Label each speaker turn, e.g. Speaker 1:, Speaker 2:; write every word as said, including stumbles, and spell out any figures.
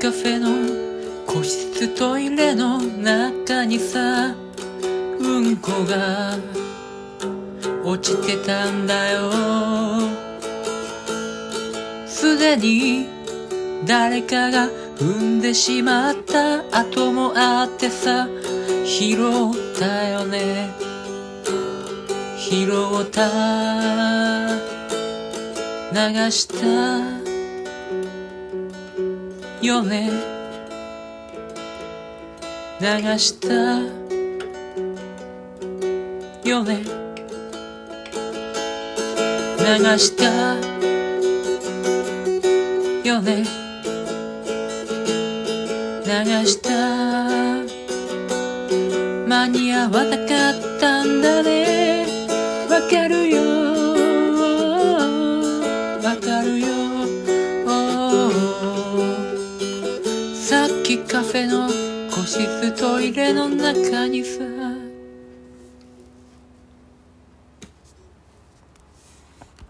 Speaker 1: カフェの個室トイレの中にさ、うんこが落ちてたんだよ。すでに誰かが踏んでしまった跡もあってさ、拾ったよね、拾った流したよね、流したよね、流したよね、流した間に合わなかったんだね。わかるよわかるよ、さっきカフェの個室トイレの中にさ、